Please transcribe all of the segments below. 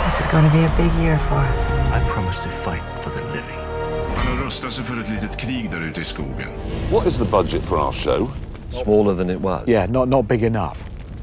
This is going to be a big year for us. I promise to fight for the living. Han har rustat sig för ett litet krig där ute i skogen. What is the budget for our show? Smaller than it was. Yeah, not big enough.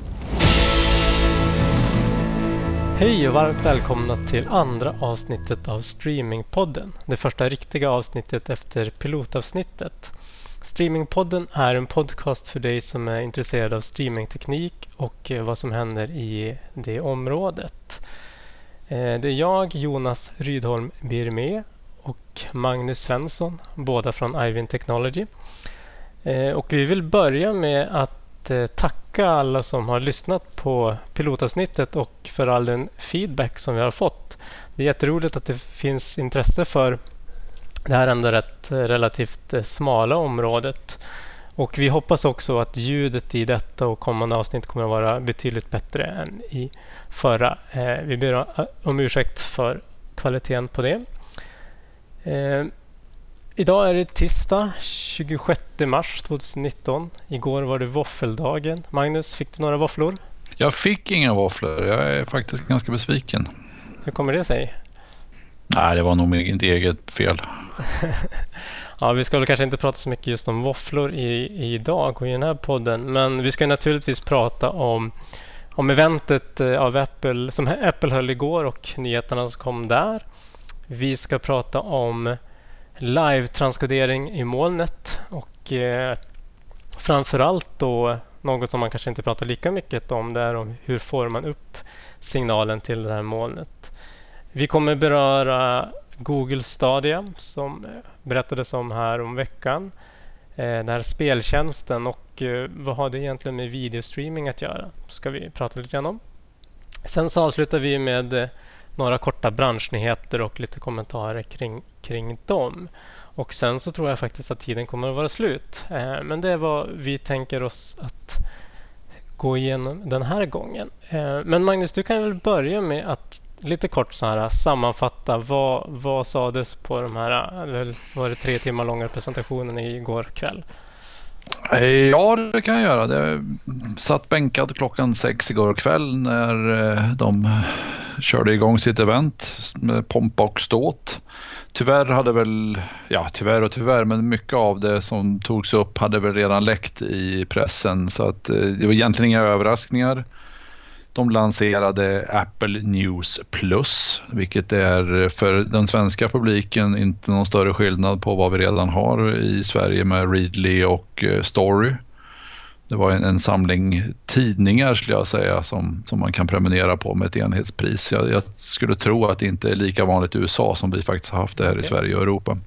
Hej och varmt välkomna till andra avsnittet av Streamingpodden. Det första riktiga avsnittet efter pilotavsnittet. Streamingpodden är en podcast för dig som är intresserad av streamingteknik och vad som händer i det området. Det är jag, Jonas Rydholm Birme och Magnus Svensson, båda från Ivin Technology. Och vi vill börja med att tacka alla som har lyssnat på pilotavsnittet och för all den feedback som vi har fått. Det är jätteroligt att det finns intresse för det här ändå relativt smala området. Och vi hoppas också att ljudet i detta och kommande avsnitt kommer att vara betydligt bättre än i förra. Vi ber om ursäkt för kvaliteten på det. Idag är det tisdag 26 mars 2019. Igår var det våffeldagen. Magnus, fick du några våfflor? Jag fick inga våfflor. Jag är faktiskt ganska besviken. Hur kommer det sig? Nej, det var nog mitt eget fel. Ja, vi ska väl kanske inte prata så mycket just om våfflor idag och i den här podden. Men vi ska naturligtvis prata om eventet av Apple som Apple höll igår och nyheterna som kom där. Vi ska prata om live-transkodering i molnet och framförallt då något som man kanske inte pratar lika mycket om, det är om hur får man upp signalen till det här molnet. Vi kommer beröra Google Stadia som berättades om här om veckan. Den här speltjänsten och vad har det egentligen med videostreaming att göra? Ska vi prata lite grann om. Sen så avslutar vi med några korta branschnyheter och lite kommentarer kring dem. Och sen så tror jag faktiskt att tiden kommer att vara slut. Men det är vad vi tänker oss att gå igenom den här gången. Men Magnus, du kan väl börja med att lite kort så här sammanfatta vad sades på de här var det 3 timmar långa presentationen igår kväll? Ja, det kan jag göra. Jag satt bänkad klockan 6 igår kväll när de körde igång sitt event med pompa och ståt. Tyvärr, men mycket av det som togs upp hade väl redan läckt i pressen, så att det var egentligen inga överraskningar. De lanserade Apple News Plus, vilket är för den svenska publiken inte någon större skillnad på vad vi redan har i Sverige med Readly och Story. Det var en samling tidningar skulle jag säga som man kan prenumerera på med ett enhetspris. Jag skulle tro att det inte är lika vanligt i USA som vi faktiskt har haft det här i Sverige och Europa.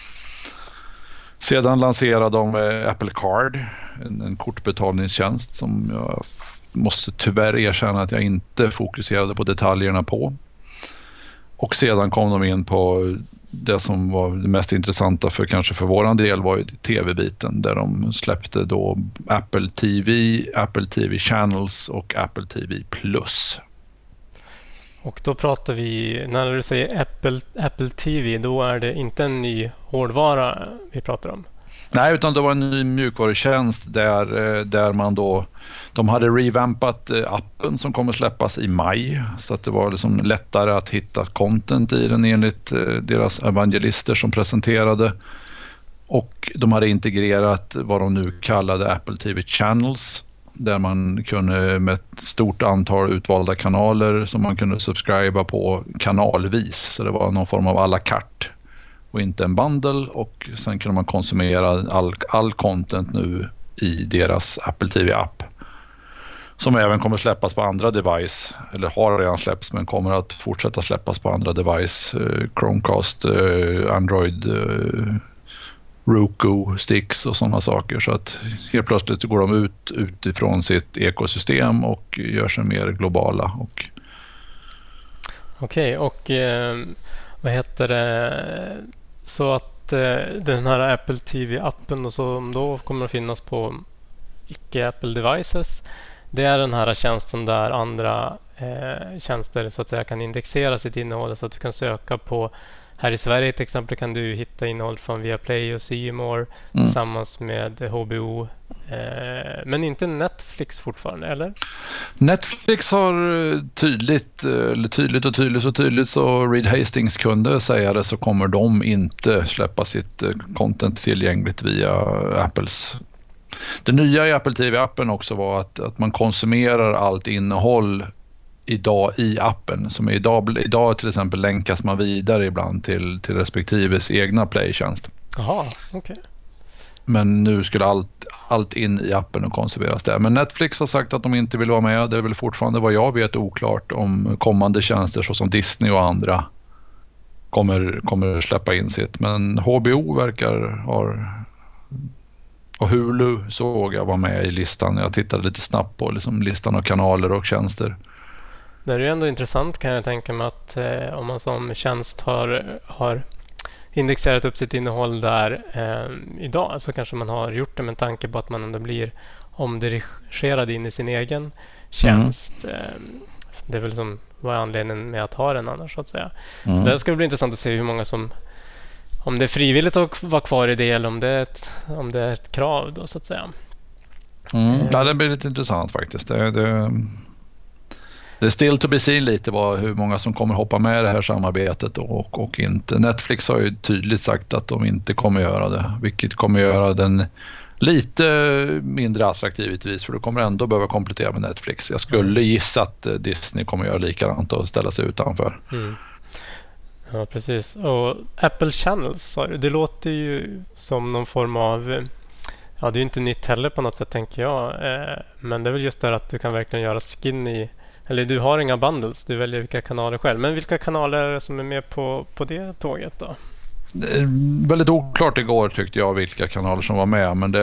Sedan lanserade de Apple Card, en kortbetalningstjänst som jag måste tyvärr erkänna att jag inte fokuserade på detaljerna på. Och sedan kom de in på det som var det mest intressanta för våran del var ju tv-biten, där de släppte då Apple TV Channels och Apple TV Plus. Och då pratar vi, när du säger Apple TV, då är det inte en ny hårdvara vi pratar om? Nej, utan det var en ny mjukvarutjänst där man då, de hade revampat appen som kommer släppas i maj, så att det var liksom lättare att hitta content i den enligt deras evangelister som presenterade. Och de hade integrerat vad de nu kallade Apple TV Channels, där man kunde med ett stort antal utvalda kanaler som man kunde subscriba på kanalvis, så det var någon form av à la carte och inte en bundle, och sen kunde man konsumera all content nu i deras Apple TV-app, som även kommer släppas på andra device, eller har redan släppts men kommer att fortsätta släppas på andra device, Chromecast, Android, Roku, Sticks och sådana saker. Så att helt plötsligt går de utifrån sitt ekosystem och gör sig mer globala. Okej, och vad heter det? Så att den här Apple TV-appen som då kommer att finnas på icke-Apple devices, det är den här tjänsten där andra tjänster så att säga kan indexera sitt innehåll, så att du kan söka på här i Sverige till exempel kan du hitta innehåll från Viaplay och C More tillsammans med HBO. Men inte Netflix fortfarande, eller? Netflix har tydligt så Reed Hastings kunde säga det, så kommer de inte släppa sitt content tillgängligt via Apples. Det nya i Apple TV-appen också var att man konsumerar allt innehåll idag i appen. Som idag till exempel länkas man vidare ibland till respektives egna playtjänst. Jaha, okej. Men nu skulle allt in i appen och konserveras där. Men Netflix har sagt att de inte vill vara med. Det är väl fortfarande vad jag vet oklart om kommande tjänster såsom Disney och andra kommer släppa in sitt. Men HBO verkar ha... Och Hulu såg jag var med i listan. Jag tittade lite snabbt på liksom listan av kanaler och tjänster. Det är ju ändå intressant, kan jag tänka mig, att om man som tjänst har indexerat upp sitt innehåll där idag, så kanske man har gjort det med tanke på att man ändå blir omdirigerad in i sin egen tjänst. Det är väl som vad är anledningen med att ha den annars, så att säga. Så det ska bli intressant att se hur många som, om det är frivilligt att vara kvar i det eller om det är ett krav då, så att säga. Ja, det blir lite intressant faktiskt. Det är still to be seen lite hur många som kommer hoppa med i det här samarbetet och inte. Netflix har ju tydligt sagt att de inte kommer göra det, vilket kommer göra den lite mindre attraktiv givetvis, för du kommer ändå behöva komplettera med Netflix. Jag skulle gissa att Disney kommer göra likadant och ställa sig utanför. Ja, precis. Och Apple Channels, det låter ju som någon form av... Ja, det är ju inte nytt heller på något sätt, tänker jag. Men det är väl just det att du kan verkligen göra skin i... Eller du har inga bundles, du väljer vilka kanaler själv. Men vilka kanaler är det som är med på det tåget då? Det är väldigt oklart igår tyckte jag vilka kanaler som var med. Men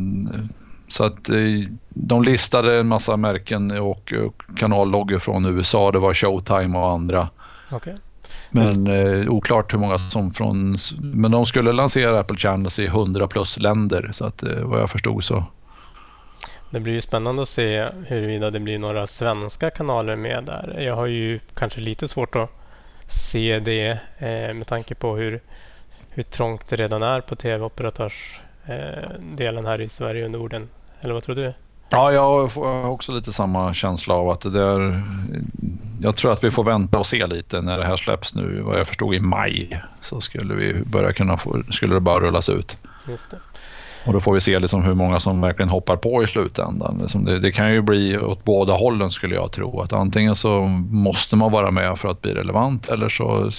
så att de listade en massa märken och kanalloggor från USA. Det var Showtime och andra. Okej. Men oklart hur många som men de skulle lansera Apple Channels i 100 plus länder, så att vad jag förstod så. Det blir ju spännande att se huruvida det blir några svenska kanaler med där. Jag har ju kanske lite svårt att se det med tanke på hur trångt det redan är på tv-operatörsdelen här i Sverige och Norden. Eller vad tror du? Ja, jag har också lite samma känsla av att det är... Jag tror att vi får vänta och se lite när det här släpps nu. Vad jag förstod i maj så skulle vi skulle det bara rullas ut. Just det. Och då får vi se liksom hur många som verkligen hoppar på i slutändan. Det kan ju bli åt båda hållen skulle jag tro. Att antingen så måste man vara med för att bli relevant, eller så...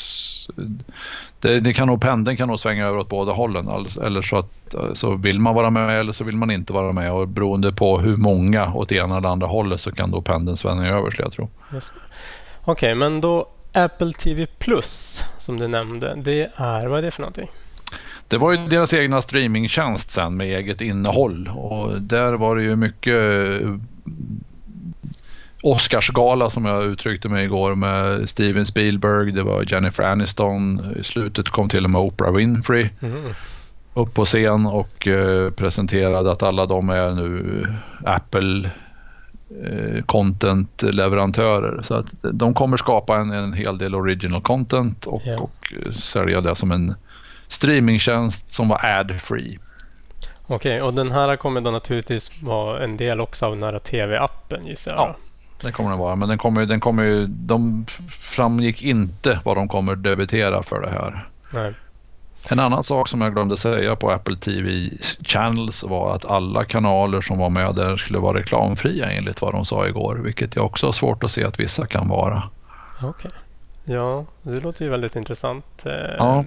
Pendeln kan nog svänga över åt båda hållen. Eller så vill man vara med eller så vill man inte vara med. Och beroende på hur många åt ena eller andra hållet så kan då pendeln svänga över, så jag tror. Okej, men då Apple TV Plus som du nämnde, vad är det för någonting? Det var ju deras egna streamingtjänst sen med eget innehåll. Och där var det ju mycket Oscarsgala som jag uttryckte mig igår med Steven Spielberg, det var Jennifer Aniston, i slutet kom till och med Oprah Winfrey upp på scen och presenterade att alla de är nu Apple content-leverantörer, så att de kommer skapa en hel del original content och sälja det som en streamingtjänst som var ad-free. Okej, och den här kommer då naturligtvis vara en del också av den här tv-appen, gissar jag. Ja, det kommer den vara, men de framgick inte vad de kommer debitera för det här. Nej. En annan sak som jag glömde säga på Apple TV Channels var att alla kanaler som var med där skulle vara reklamfria enligt vad de sa igår, vilket jag också har svårt att se att vissa kan vara. Okej. Ja, det låter ju väldigt intressant. Ja.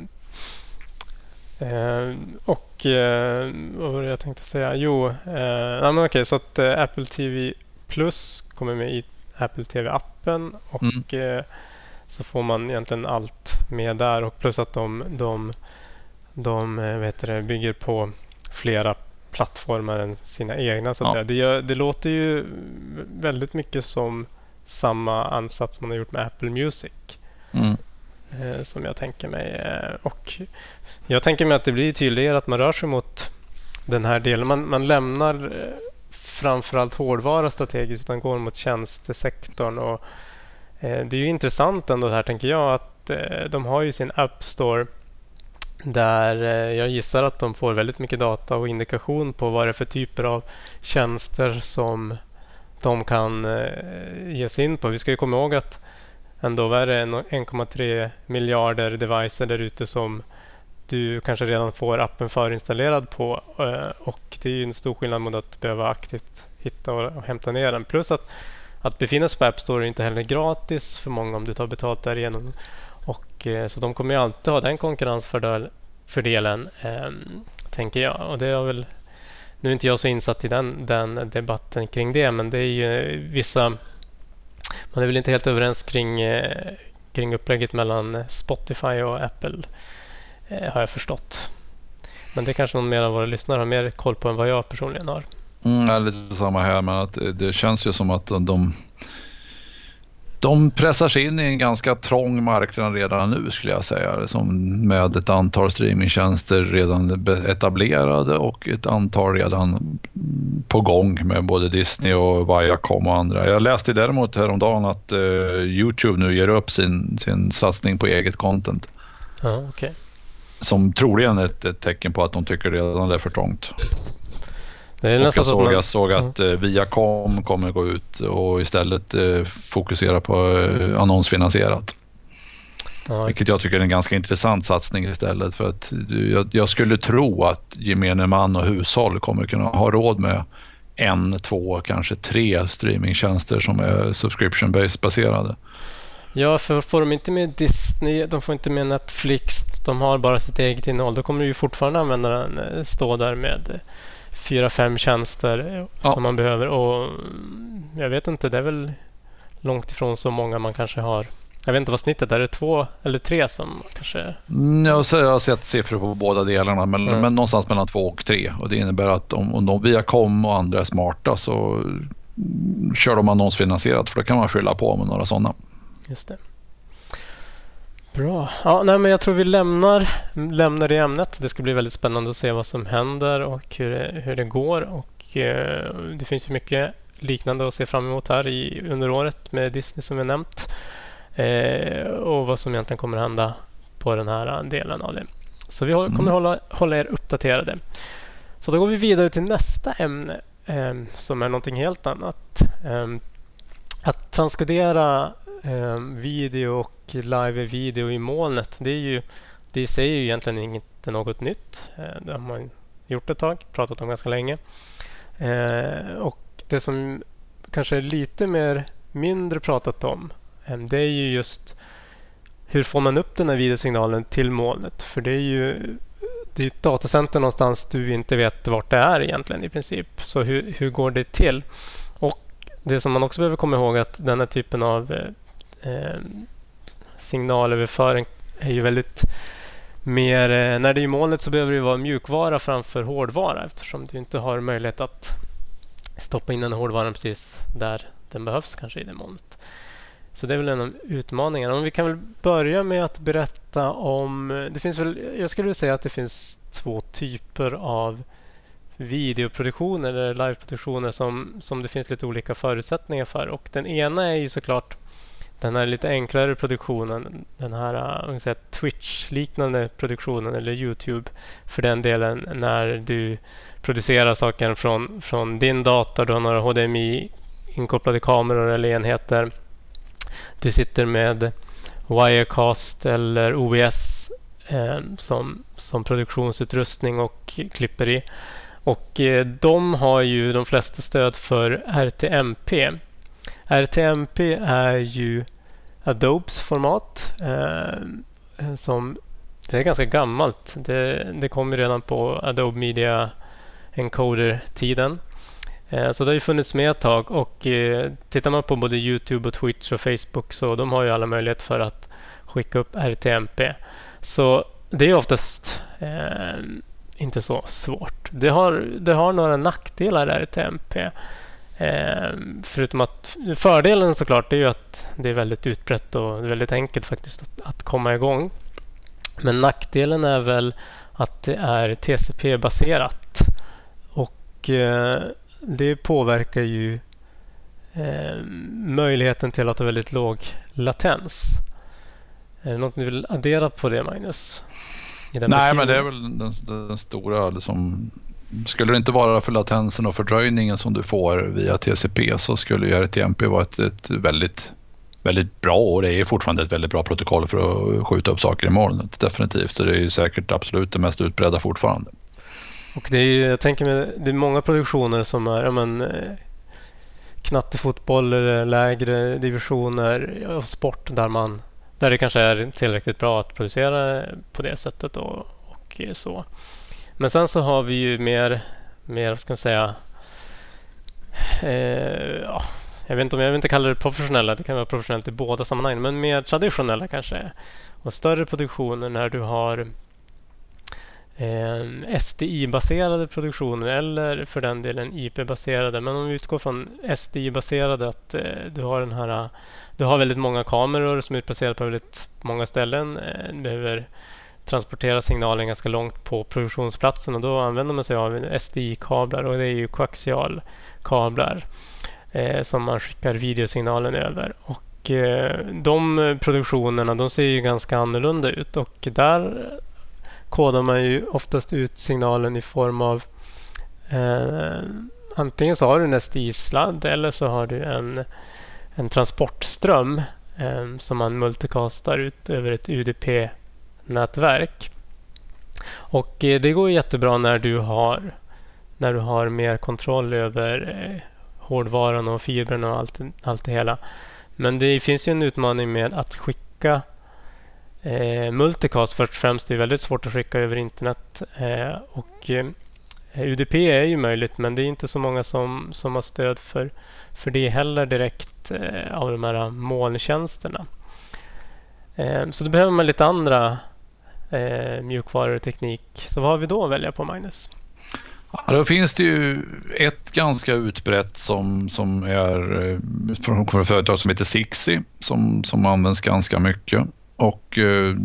Vad var det jag tänkte säga? Okej, så att Apple TV Plus kommer med i Apple TV-appen och så får man egentligen allt med där, och plus att de bygger på flera plattformar än sina egna, så att säga. Det låter ju väldigt mycket som samma ansats man har gjort med Apple Music. Som jag tänker mig. Och jag tänker mig att det blir tydligare att man rör sig mot den här delen. Man lämnar framförallt hårdvara strategiskt utan går mot tjänstesektorn. Och det är ju intressant ändå det här, tänker jag, att att de har ju sin App Store där jag gissar att de får väldigt mycket data och indikation på vad det är för typer av tjänster som de kan ge sig in på. Vi ska ju komma ihåg att ändå är det 1,3 miljarder devices där ute som du kanske redan får appen förinstallerad på, och det är ju en stor skillnad mot att behöva aktivt hitta och hämta ner den. Plus att befinna sig på App Store är inte heller gratis för många om du tar betalt därigenom. Och så de kommer ju alltid ha den konkurrensfördelen, tänker jag. Och det är väl, nu är inte jag så insatt i den debatten kring det, men det är ju vissa, man är väl inte helt överens kring upplägget mellan Spotify och Apple, har jag förstått. Men det kanske någon mer av våra lyssnare har mer koll på än vad jag personligen har. Lite samma här, men att det känns ju som att de pressar sig in i en ganska trång marknad redan nu, skulle jag säga. Som med ett antal streamingtjänster redan etablerade och ett antal redan på gång med både Disney och Viacom och andra. Jag läste däremot häromdagen att YouTube nu ger upp sin satsning på eget content. Ja, okej. Som troligen är ett tecken på att de tycker redan det är för trångt. Jag såg att Viacom kommer gå ut och istället fokusera på annonsfinansierat. Ja. Vilket jag tycker är en ganska intressant satsning istället, för att jag skulle tro att gemene man och hushåll kommer kunna ha råd med 1, 2, kanske 3 streamingtjänster som är subscription-based baserade. Ja, för får de inte med Disney, de får inte med Netflix, de har bara sitt eget innehåll, då kommer ju fortfarande användaren stå där med 4-5 tjänster som man behöver. Och jag vet inte, det är väl långt ifrån så många man kanske har. Jag vet inte vad snittet är, det 2 eller 3 som kanske... Jag har sett siffror på båda delarna, men någonstans mellan 2 och 3. Och det innebär att om de Viacom och andra är smarta så kör de annonsfinansierat, för då kan man fylla på med några sådana. Just det. Bra. Ja, nej, men jag tror vi lämnar det ämnet. Det ska bli väldigt spännande att se vad som händer och hur det går. Och det finns ju mycket liknande att se fram emot här under året med Disney som vi nämnt. Och vad som egentligen kommer hända på den här delen av det. Så vi kommer hålla er uppdaterade. Så då går vi vidare till nästa ämne som är någonting helt annat. Att transkodera video och live-video i molnet, det säger ju egentligen inte något nytt. Det har man gjort ett tag, pratat om ganska länge. Och det som kanske är lite mindre pratat om, det är ju just hur får man upp den här videosignalen till molnet. För det är ju ett datacenter någonstans du inte vet vart det är egentligen i princip. Så hur går det till? Och det som man också behöver komma ihåg, att den här typen av signalöverföring är ju väldigt mer, när det är i molnet så behöver det vara mjukvara framför hårdvara, eftersom du inte har möjlighet att stoppa in den hårdvaran precis där den behövs kanske i det molnet. Så det är väl en av utmaningarna. Vi kan väl börja med att berätta om, jag skulle säga att det finns 2 typer av videoproduktioner eller liveproduktioner som det finns lite olika förutsättningar för. Och den ena är ju såklart den här lite enklare produktionen, den här Twitch-liknande produktionen eller YouTube för den delen, när du producerar saker från din dator, du har några HDMI-inkopplade kameror eller enheter. Du sitter med Wirecast eller OBS som produktionsutrustning och klipper i. Och de har ju de flesta stöd för RTMP. RTMP är ju Adobes format. Det är ganska gammalt. Det kom ju redan på Adobe Media Encoder-tiden. Så det har ju funnits med ett tag. Och tittar man på både YouTube och Twitch och Facebook, så de har ju alla möjlighet för att skicka upp RTMP. Så det är oftast inte så svårt. Det har några nackdelar RTMP. Förutom att fördelen såklart är ju att det är väldigt utbrett och det är väldigt enkelt faktiskt att komma igång. Men nackdelen är väl att det är TCP-baserat och det påverkar ju möjligheten till att ha väldigt låg latens. Är det något du vill addera på det, Magnus? Nej, men det är väl den stora liksom, skulle det inte vara för latensen och fördröjningen som du får via TCP så skulle ju RTMP vara ett väldigt, väldigt bra, och det är fortfarande ett väldigt bra protokoll för att skjuta upp saker i molnet, definitivt. Så det är ju säkert absolut det mest utbredda fortfarande. Och det är ju, jag tänker mig, det är många produktioner som är knattefotboll eller lägre divisioner och sport där det kanske är tillräckligt bra att producera på det sättet och så. Men sen så har vi ju mer vad ska man säga, jag vill inte kalla det professionella, det kan vara professionellt i båda sammanhangen, men mer traditionella kanske. Och större produktioner när du har SDI-baserade produktioner eller för den delen IP-baserade. Men om vi utgår från SDI-baserade, att du har väldigt många kameror som är utplacerade på väldigt många ställen. Du behöver transportera signalen ganska långt på produktionsplatsen och då använder man sig av SDI-kablar, och det är ju koaxialkablar som man skickar videosignalen över. Och de produktionerna, de ser ju ganska annorlunda ut, och där kodar man ju oftast ut signalen i form av antingen så har du en SDI-sladd eller så har du en transportström som man multicastar ut över ett UDP-nätverk. Och det går jättebra när du har mer kontroll över hårdvaran och fibrerna och allt det hela. Men det finns ju en utmaning med att skicka multicast först och främst. Det är väldigt svårt att skicka över internet, och UDP är ju möjligt, men det är inte så många som har stöd för det heller direkt av de här molntjänsterna. Så då behöver man lite andra mjukvaror och teknik. Så vad har vi då att välja på, Magnus? Ja, då finns det ju ett ganska utbrett som är från företag som heter Zixi som används ganska mycket och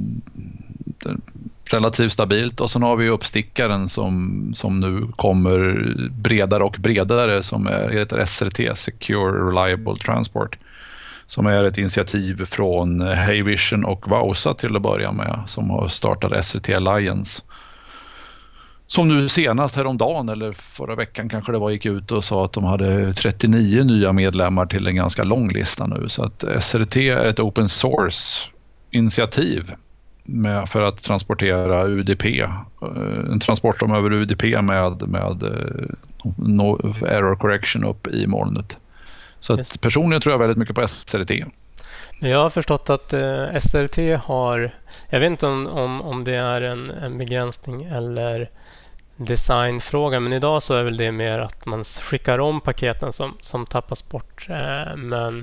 relativt stabilt. Och sen har vi uppstickaren som nu kommer bredare och bredare som heter SRT, Secure Reliable Transport, som är ett initiativ från Heyvision och Wausa till att börja med, som har startat SRT Alliance. Som nu senast häromdagen eller förra veckan kanske det var, gick ut och sa att de hade 39 nya medlemmar till en ganska lång lista nu. Så att SRT är ett open source initiativ för att transportera UDP. En transportström över UDP med error correction upp i molnet. Så att personligen tror jag väldigt mycket på SRT. Jag har förstått att SRT har, jag vet inte om det är en begränsning eller designfråga, men idag så är väl det mer att man skickar om paketen som tappas bort. Men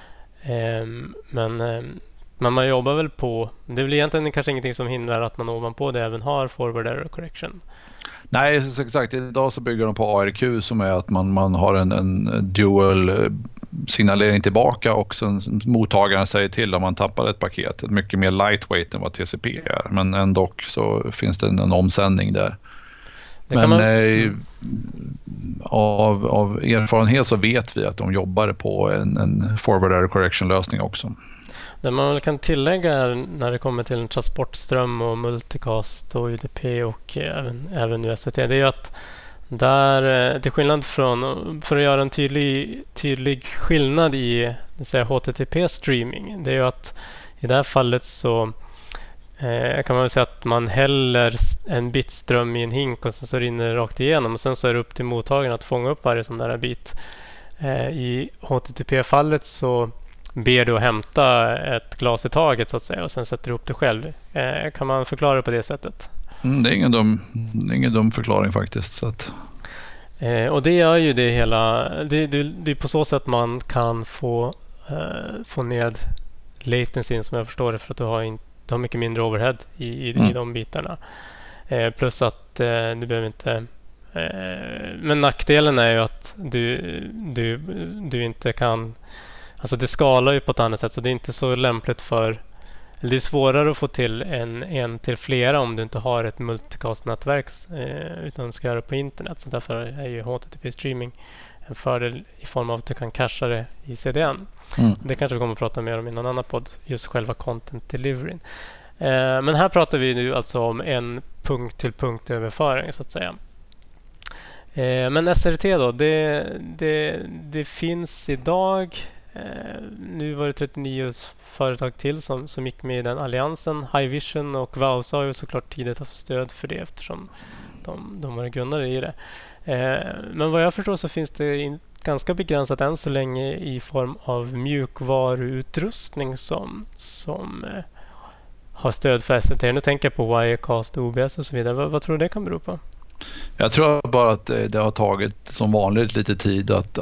man jobbar väl på, det är väl egentligen kanske ingenting som hindrar att man ovanpå det även har forward error correction. Nej, exakt. Idag så bygger de på ARQ som är att man har en dual signalering tillbaka och sen mottagaren säger till om man tappar ett paket. Mycket mer lightweight än vad TCP är. Men ändå så finns det en omsändning där. Men av erfarenhet så vet vi att de jobbar på en forward error correction lösning också. Det man väl kan tillägga när det kommer till en transportström och multicast och UDP och även USDT, det är ju att där, till skillnad från, för att göra en tydlig skillnad i HTTP-streaming, det är ju att i det här fallet så kan man väl säga att man häller en bitström i en hink och sen så rinner det rakt igenom och sen så är det upp till mottagaren att fånga upp varje sån där bit. I HTTP-fallet så ber du att hämta ett glas i taget så att säga och sen sätter du upp det själv. Kan man förklara det på det sättet? Det är ingen dum förklaring faktiskt. Så att. Och det är ju det hela. Det är på så sätt man kan få ned latencyn som jag förstår det, för att du har mycket mindre overhead i de bitarna. Plus att du behöver inte. Men nackdelen är ju att du inte kan. Alltså det skalar ju på ett annat sätt, så det är inte så lämpligt för. Det är svårare att få till en till flera om du inte har ett multicast-nätverk utan ska göra det på internet. Så därför är ju HTTP-streaming en fördel i form av att du kan cacha det i CDN. Det kanske vi kommer att prata mer om i någon annan podd, just själva content deliveryn. Men här pratar vi nu alltså om en punkt-till-punkt-överföring så att säga. Men SRT då, det finns idag. Nu var det 39 företag till som gick med i den alliansen. Haivision och Wowza har ju såklart tidigt haft stöd för det eftersom de var grundare i det. Men vad jag förstår så finns det ganska begränsat än så länge i form av mjukvaruutrustning som har stöd för SRT. Nu tänker jag på Wirecast, OBS och så vidare. Vad tror du det kan bero på? Jag tror bara att det har tagit som vanligt lite tid att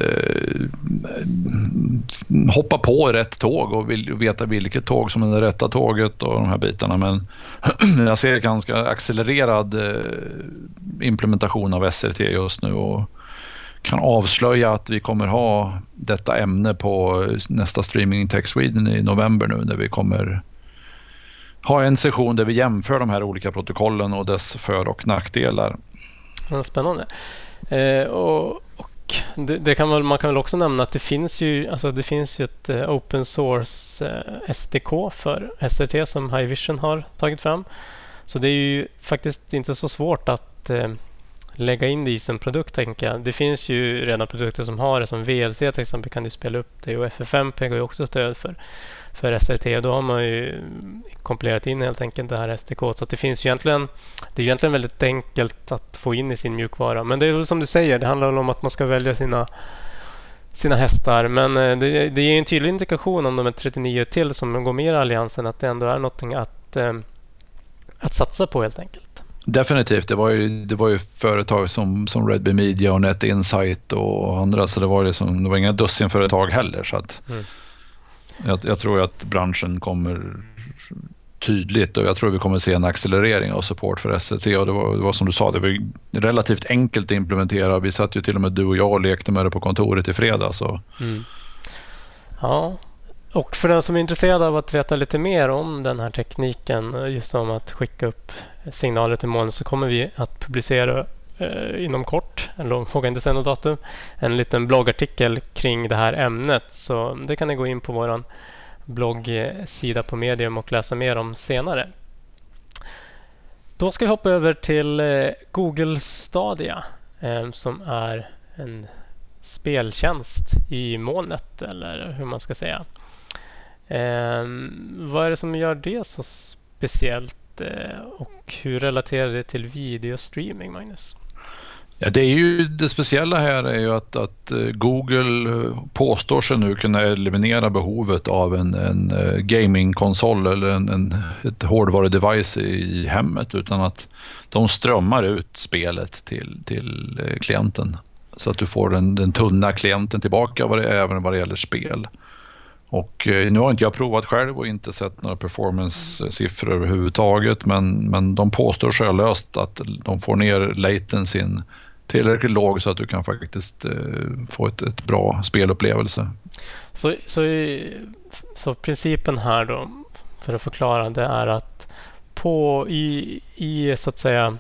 hoppa på rätt tåg och veta vilket tåg som är det rätta tåget och de här bitarna. Men jag ser ganska accelererad implementation av SRT just nu och kan avslöja att vi kommer ha detta ämne på nästa Streaming Tech Sweden i november nu, där vi kommer ha en session där vi jämför de här olika protokollen och dess för- och nackdelar. Ja, spännande. Och man kan väl också nämna att det finns ju ett open source SDK för SRT som Haivision har tagit fram. Så det är ju faktiskt inte så svårt att lägga in det i sin produkt, tänker jag. Det finns ju redan produkter som har det, som VLC till exempel kan du spela upp det, och FFmpeg har ju också stöd för SRT, och då har man ju kompilerat in helt enkelt det här SDK, så att det är egentligen väldigt enkelt att få in i sin mjukvara. Men det är väl som du säger, det handlar väl om att man ska välja sina hästar, men det ger en tydlig indikation om de är 39 till som går med i alliansen, att det ändå är någonting att satsa på helt enkelt. Definitivt, det var ju företag som Redby Media och Net Insight och andra, så det var inga dussin företag heller, så att jag tror att branschen kommer tydligt, och jag tror vi kommer se en accelerering av support för SRT, och det var som du sa, det var relativt enkelt att implementera. Vi satt ju till och med du och jag och lekte med det på kontoret i fredags. Ja, och för den som är intresserad av att veta lite mer om den här tekniken, just om att skicka upp signaler till moln, så kommer vi att publicera inom kort, eller vågar inte säga något datum, en liten bloggartikel kring det här ämnet. Så det kan ni gå in på vår bloggsida på Medium och läsa mer om senare. Då ska vi hoppa över till Google Stadia, som är en speltjänst i molnet, eller hur man ska säga. Vad är det som gör det så speciellt, och hur relaterar det till videostreaming, Magnus? Ja, det speciella här är ju att Google påstår sig nu kunna eliminera behovet av en gamingkonsol eller ett hårdvarudevice i hemmet, utan att de strömmar ut spelet till klienten, så att du får den tunna klienten tillbaka även vad det gäller spel. Och nu har inte jag provat själv och inte sett några performance-siffror överhuvudtaget, men de påstår självlöst att de får ner latencyn tillräckligt låg så att du kan faktiskt få ett bra spelupplevelse. Så principen här då, för att förklara, det är att i så att säga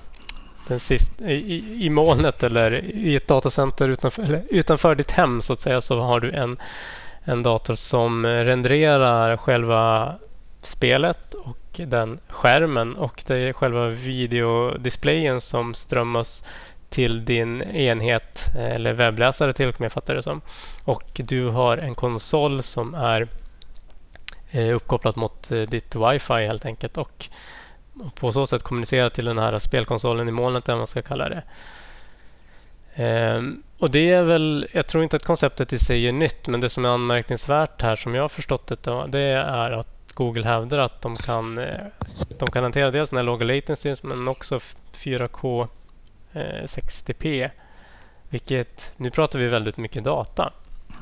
i molnet eller i ett datacenter utanför ditt hem så att säga, så har du en dator som renderar själva spelet och den skärmen, och det är själva videodisplayen som strömmas till din enhet eller webbläsare till och med, fattar det som. Och du har en konsol som är uppkopplad mot ditt wifi helt enkelt, och på så sätt kommunicera till den här spelkonsolen i molnet, där man ska kalla det. Och det är väl, jag tror inte att konceptet i sig är nytt, men det som är anmärkningsvärt här, som jag har förstått det då, det är att Google hävdar att de kan hantera dels den här låga latency, men också 4K 60p, vilket, nu pratar vi väldigt mycket data.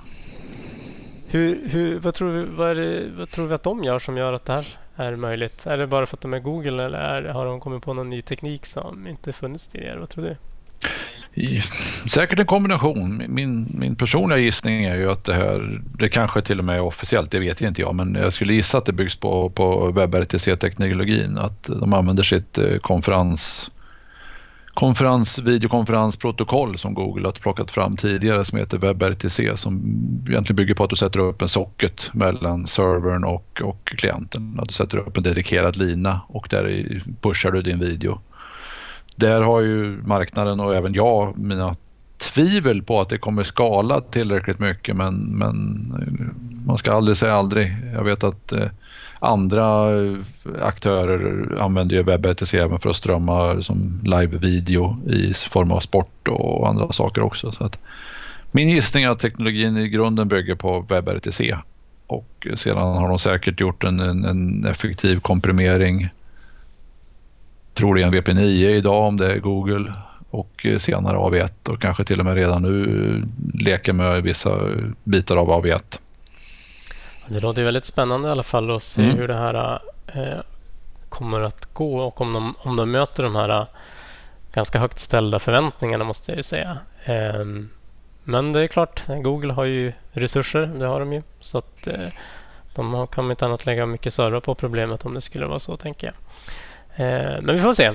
Vad tror vi att de gör som gör att det här är möjligt? Är det bara för att de är Google, eller har de kommit på någon ny teknik som inte funnits tidigare? Vad tror du? Säkert en kombination. Min personliga gissning är ju att det kanske till och med är officiellt, det vet inte jag, men jag skulle gissa att det byggs på WebRTC-teknologin, att de använder sitt videokonferensprotokoll som Google har plockat fram tidigare som heter WebRTC, som egentligen bygger på att du sätter upp en socket mellan servern och klienten. Att du sätter upp en dedikerad lina och där pushar du din video. Där har ju marknaden och även jag mina tvivel på att det kommer skala tillräckligt mycket, men man ska aldrig säga aldrig. Jag vet att andra aktörer använder ju WebRTC även för att strömma som live-video i form av sport och andra saker också. Så att min gissning är att teknologin i grunden bygger på WebRTC, och sedan har de säkert gjort en effektiv komprimering, troligen VP9 idag om det är Google, och senare AV1, och kanske till och med redan nu leker med vissa bitar av AV1. Det låter ju väldigt spännande i alla fall att se hur det här kommer att gå, och om de möter de här ganska högt ställda förväntningarna, måste jag ju säga. Men det är klart, Google har ju resurser, det har de ju, så att de kan inte annat lägga mycket server på problemet om det skulle vara så, tänker jag. Men vi får se.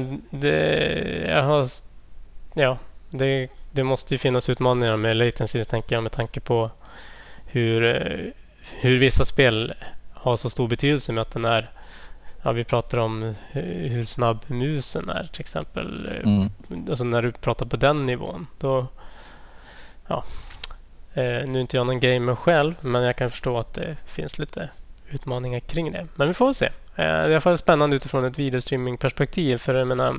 Det måste ju finnas utmaningar med latency, tänker jag, med tanke på hur vissa spel har så stor betydelse med att den är... Ja, vi pratar om hur snabb musen är, till exempel. Alltså när du pratar på den nivån, då... Ja, nu är inte jag någon gamer själv, men jag kan förstå att det finns lite utmaningar kring det. Men vi får se. Det är i alla fall spännande utifrån ett videostreaming-perspektiv, för jag menar,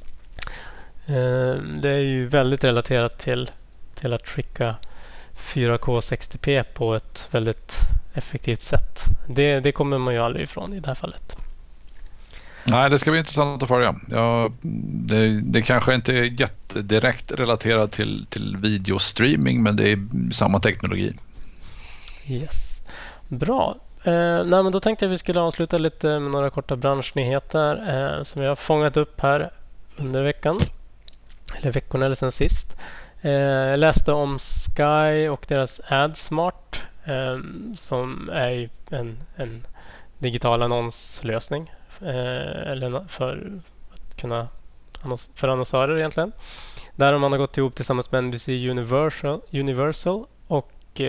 det är ju väldigt relaterat till att skicka 4K 60p på ett väldigt effektivt sätt. Det kommer man ju aldrig ifrån i det här fallet. Nej, det ska bli intressant att följa. Det kanske inte är jättedirekt relaterat till videostreaming, men det är samma teknologi. Yes. Bra. Men då tänkte jag att vi skulle avsluta lite med några korta branschnyheter som vi har fångat upp här under veckan. Eller veckorna eller sen sist. Jag läste om Sky och deras AdSmart som är en digital annonslösning eller för att kunna för annonsörer egentligen. Där har man gått ihop tillsammans med NBC Universal och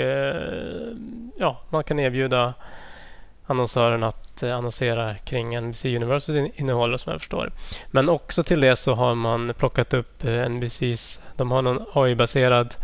man kan erbjuda annonsörerna att annonsera kring NBC Universals innehåll, som jag förstår. Men också till det så har man plockat upp NBCs, de har någon AI-baserad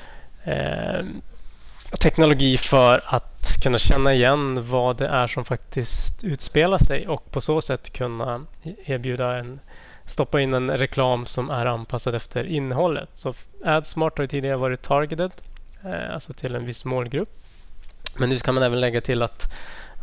teknologi för att kunna känna igen vad det är som faktiskt utspelar sig, och på så sätt kunna erbjuda stoppa in en reklam som är anpassad efter innehållet. Så AdSmart har tidigare varit targeted, alltså till en viss målgrupp. Men nu kan man även lägga till att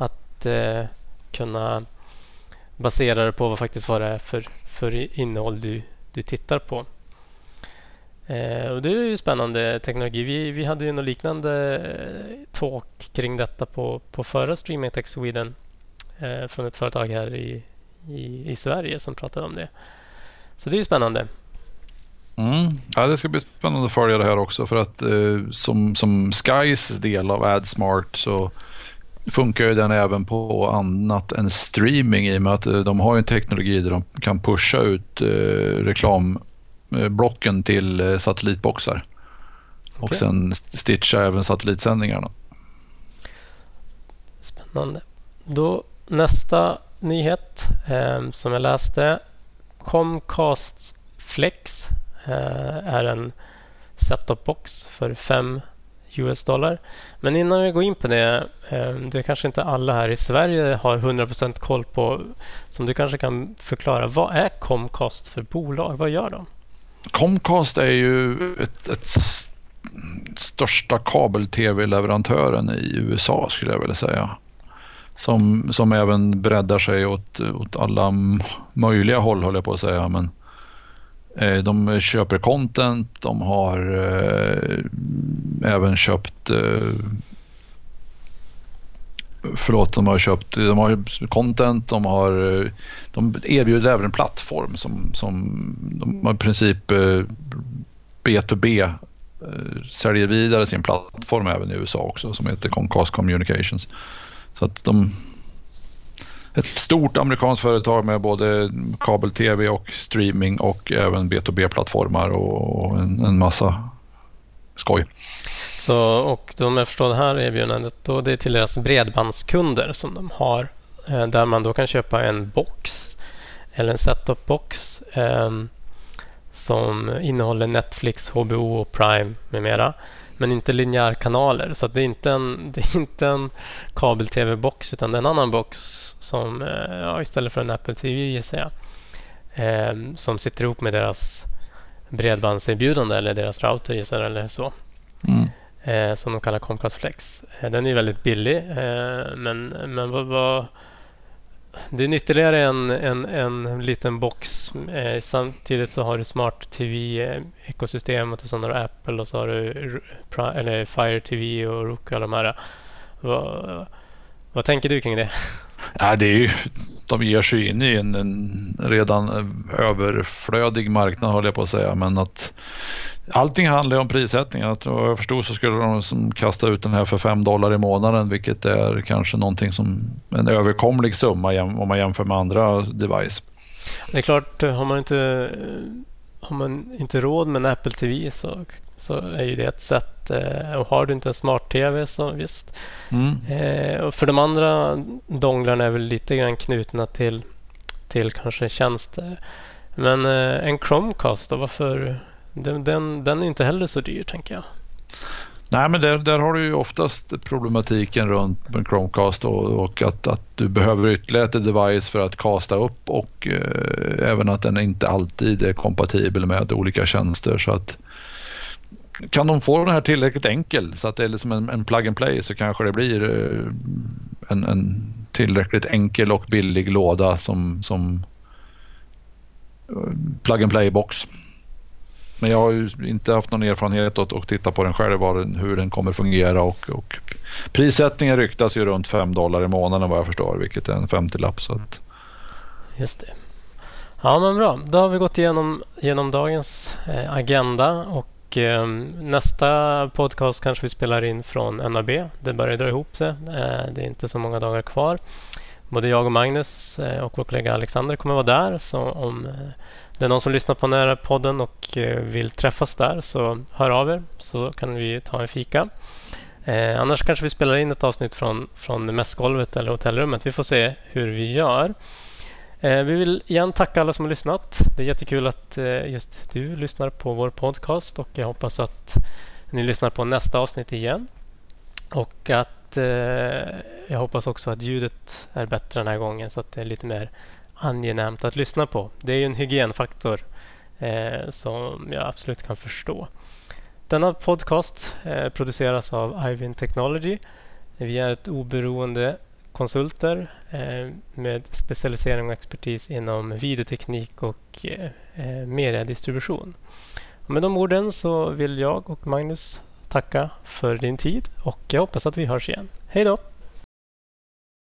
kunna basera det på vad det är för innehåll du tittar på. Och det är ju spännande teknologi. Vi hade ju något liknande talk kring detta på förra Streaming Tech Sweden från ett företag här i Sverige som pratade om det. Så det är ju spännande. Ja, det ska bli spännande att följa det här också, för att som Skys del av AdSmart så funkar ju den även på annat än streaming, i och med att de har en teknologi där de kan pusha ut reklamblocken till satellitboxar. Okay. Och sen stitcha även satellitsändningarna. Spännande. Då nästa nyhet som jag läste. Comcast Flex är en set-top-box för $5. Men innan vi går in på det, det kanske inte alla här i Sverige har 100% koll på, som du kanske kan förklara. Vad är Comcast för bolag? Vad gör de? Comcast är ju ett största kabel-tv-leverantören i USA, skulle jag vilja säga. Som även breddar sig åt alla möjliga håll, håller jag på att säga. Men de köper content, de har även köpt de har content, de erbjuder även en plattform som de har i princip B2B säljer vidare sin plattform även i USA också, som heter Comcast Communications. Så att ett stort amerikanskt företag med både kabel-tv och streaming och även B2B-plattformar och en massa skoj. Så, och de jag förstår det här erbjudandet då, det är till deras bredbandskunder som de har, där man då kan köpa en box eller en set-top-box som innehåller Netflix, HBO och Prime med mera, men inte linjärkanaler. Så att det är inte en kabel-tv-box utan det är en annan box som istället för en Apple TV som sitter ihop med deras bredbandserbjudande eller deras router eller så. Som de kallar Comcast Flex. Den är väldigt billig, men det är ytterligare en liten box. Samtidigt så har du Smart TV-ekosystemet och så har du Apple och så har du Fire TV och Roku och alla de här. Vad tänker du kring det? Ja, det är ju, de ger sig in i en redan överflödig marknad, håller jag på att säga, men att allting handlar om prissättning. Jag förstod så skulle de som kasta ut den här för $5 i månaden, vilket är kanske någonting som en överkomlig summa om man jämför med andra device. Det är klart, har man inte råd med en Apple TV så är ju det ett sätt. Och har du inte en smart-tv så visst. Och för de andra donglarna är väl lite grann knutna till kanske tjänster. Men en Chromecast då, varför... Den är inte heller så dyr, tänker jag. Nej, men där har du ju oftast problematiken runt en Chromecast och att du behöver ytterligare ett device för att kasta upp och även att den inte alltid är kompatibel med olika tjänster. Så att kan de få den här tillräckligt enkel så att det är liksom en plug and play, så kanske det blir en tillräckligt enkel och billig låda som plug and play box. Men jag har ju inte haft någon erfarenhet att titta på den själv, hur den kommer fungera och prissättningen ryktas ju runt $5 i månaden vad jag förstår, vilket är en 50-lapp. Så att... Just det. Ja, men bra. Då har vi gått igenom dagens agenda och nästa podcast kanske vi spelar in från NAB. Det börjar dra ihop sig. Det är inte så många dagar kvar. Både jag och Magnus och vår kollega Alexander kommer vara där, så om det är någon som lyssnar på den här podden och vill träffas där, så hör av er så kan vi ta en fika. Annars kanske vi spelar in ett avsnitt från mässgolvet eller hotellrummet. Vi får se hur vi gör. Vi vill igen tacka alla som har lyssnat. Det är jättekul att just du lyssnar på vår podcast, och jag hoppas att ni lyssnar på nästa avsnitt igen. Och att jag hoppas också att ljudet är bättre den här gången, så att det är lite mer angenämt att lyssna på. Det är ju en hygienfaktor som jag absolut kan förstå. Denna podcast produceras av Ivin Technology. Vi är ett oberoende konsulter med specialisering och expertis inom videoteknik och mediedistribution. Och med de orden så vill jag och Magnus tacka för din tid, och jag hoppas att vi hörs igen. Hej då!